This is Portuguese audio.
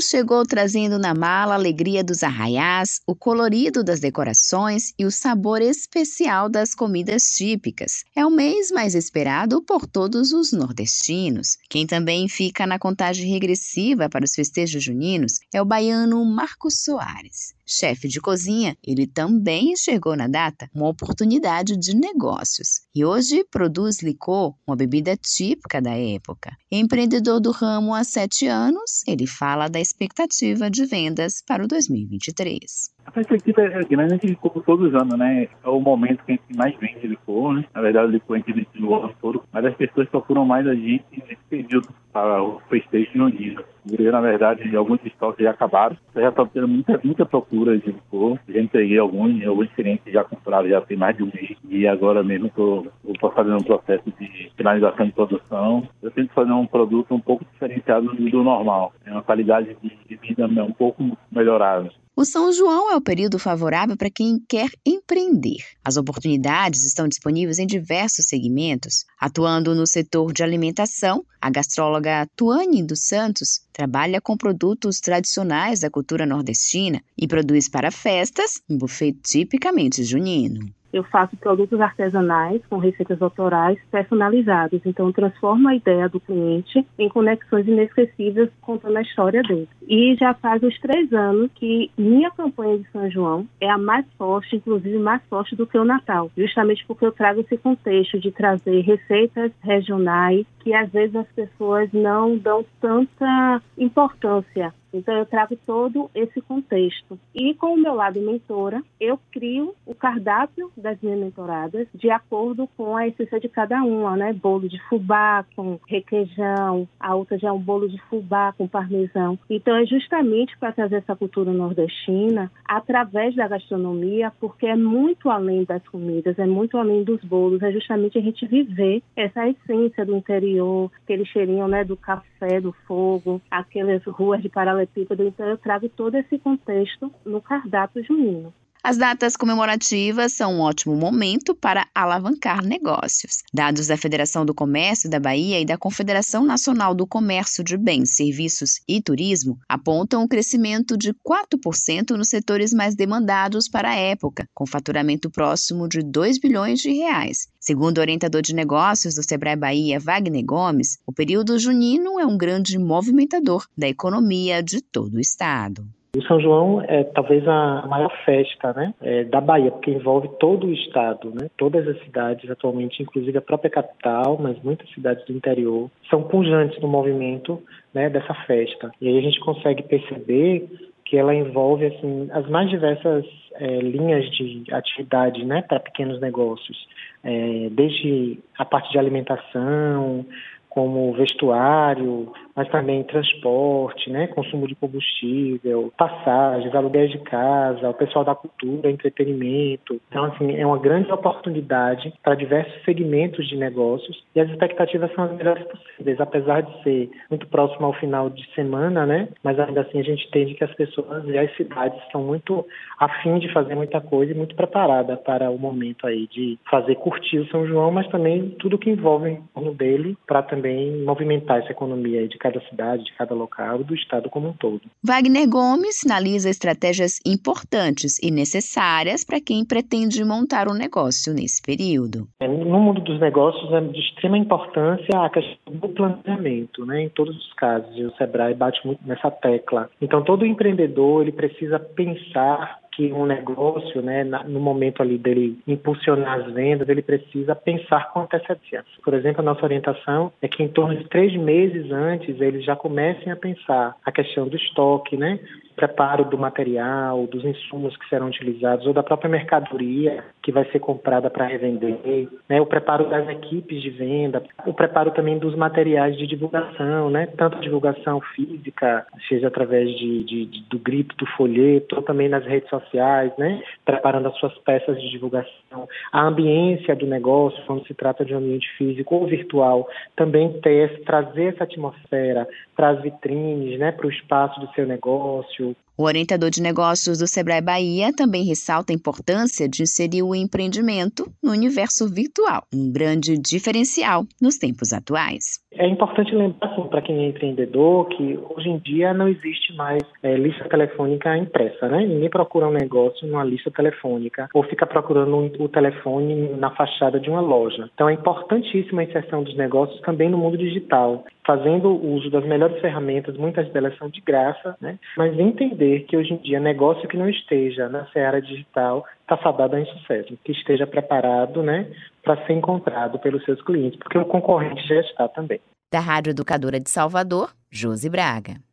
chegou trazendo na mala a alegria dos arraiás, o colorido das decorações e o sabor especial das comidas típicas. É o mês mais esperado por todos os nordestinos. Quem também fica na contagem regressiva para os festejos juninos é o baiano Marcos Soares. Chefe de cozinha, ele também enxergou na data uma oportunidade de negócios e hoje produz licor, uma bebida típica da época. Empreendedor do ramo há 7 anos, ele fala da expectativa de vendas para o 2023. A perspectiva é grande, a gente como todos os anos, né? É o momento que a gente mais vende licor, né? Na verdade, o licor a gente vende no ano todo, mas as pessoas procuram mais a gente nesse período para o festejo junino. Na verdade, alguns estoques já acabaram, já está tendo muita procura de licor. Já entreguei alguns clientes já compraram, já tem mais de um mês. E agora mesmo estou fazendo um processo de finalização de produção. Eu tento fazer um produto um pouco diferenciado do normal. É uma qualidade de vida um pouco melhorada. O São João é o período favorável para quem quer empreender. As oportunidades estão disponíveis em diversos segmentos. Atuando no setor de alimentação, a gastróloga Tuane dos Santos trabalha com produtos tradicionais da cultura nordestina e produz para festas um buffet tipicamente junino. Eu faço produtos artesanais com receitas autorais personalizadas. Então, eu transformo a ideia do cliente em conexões inesquecíveis contando a história dele. E já faz uns 3 anos que minha campanha de São João é a mais forte, inclusive mais forte do que o Natal. Justamente porque eu trago esse contexto de trazer receitas regionais que às vezes as pessoas não dão tanta importância. Então, eu trago todo esse contexto. E com o meu lado mentora, eu crio o cardápio das minhas mentoradas de acordo com a essência de cada uma, né? Bolo de fubá com requeijão, a outra já é um bolo de fubá com parmesão. Então, é justamente para trazer essa cultura nordestina através da gastronomia, porque é muito além das comidas, é muito além dos bolos, é justamente a gente viver essa essência do interior, aquele cheirinho, né, do café, do fogo, aquelas ruas de paralelepípedo. Então, eu trago todo esse contexto no cardápio junino. As datas comemorativas são um ótimo momento para alavancar negócios. Dados da Federação do Comércio da Bahia e da Confederação Nacional do Comércio de Bens, Serviços e Turismo apontam o crescimento de 4% nos setores mais demandados para a época, com faturamento próximo de 2 bilhões de reais. Segundo o orientador de negócios do Sebrae Bahia, Wagner Gomes, o período junino é um grande movimentador da economia de todo o estado. O São João é talvez a maior festa, né, da Bahia, porque envolve todo o estado, né? Todas as cidades atualmente, inclusive a própria capital, mas muitas cidades do interior, são pujantes no movimento, né, dessa festa. E aí a gente consegue perceber que ela envolve assim, as mais diversas linhas de atividade, né, para pequenos negócios, desde a parte de alimentação, como vestuário, mas também transporte, né, consumo de combustível, passagens, aluguéis de casa, o pessoal da cultura, entretenimento. Então, assim, é uma grande oportunidade para diversos segmentos de negócios e as expectativas são as melhores possíveis, apesar de ser muito próximo ao final de semana, né, mas ainda assim a gente entende que as pessoas e as cidades estão muito a fim de fazer muita coisa e muito preparada para o momento aí de fazer curtir o São João, mas também tudo que envolve em torno dele para também movimentar essa economia aí de cada cidade, de cada local e do estado como um todo. Wagner Gomes sinaliza estratégias importantes e necessárias para quem pretende montar um negócio nesse período. No mundo dos negócios é de extrema importância a questão do planejamento, né, em todos os casos. E o Sebrae bate muito nessa tecla. Então, todo empreendedor ele precisa pensar que um negócio, né, no momento ali dele impulsionar as vendas, ele precisa pensar com antecedência. Por exemplo, a nossa orientação é que em torno de 3 meses antes eles já comecem a pensar a questão do estoque, né, preparo do material, dos insumos que serão utilizados ou da própria mercadoria que vai ser comprada para revender, né, o preparo das equipes de venda, o preparo também dos materiais de divulgação, né, tanto a divulgação física, seja através do grito, do folheto, ou também nas redes sociais, né, preparando as suas peças de divulgação, a ambiência do negócio, quando se trata de um ambiente físico ou virtual, também trazer essa atmosfera para as vitrines, né, para o espaço do seu negócio. O orientador de negócios do Sebrae Bahia também ressalta a importância de inserir o empreendimento no universo virtual, um grande diferencial nos tempos atuais. É importante lembrar, para quem é empreendedor, que hoje em dia não existe mais lista telefônica impressa, né? Ninguém procura um negócio numa lista telefônica ou fica procurando o telefone na fachada de uma loja. Então é importantíssima a inserção dos negócios também no mundo digital, fazendo uso das melhores ferramentas, muitas delas são de graça, né? Mas entender que hoje em dia negócio que não esteja na seara digital está fadado a insucesso, que esteja preparado, né, para ser encontrado pelos seus clientes, porque o concorrente já está também. Da Rádio Educadora de Salvador, Josi Braga.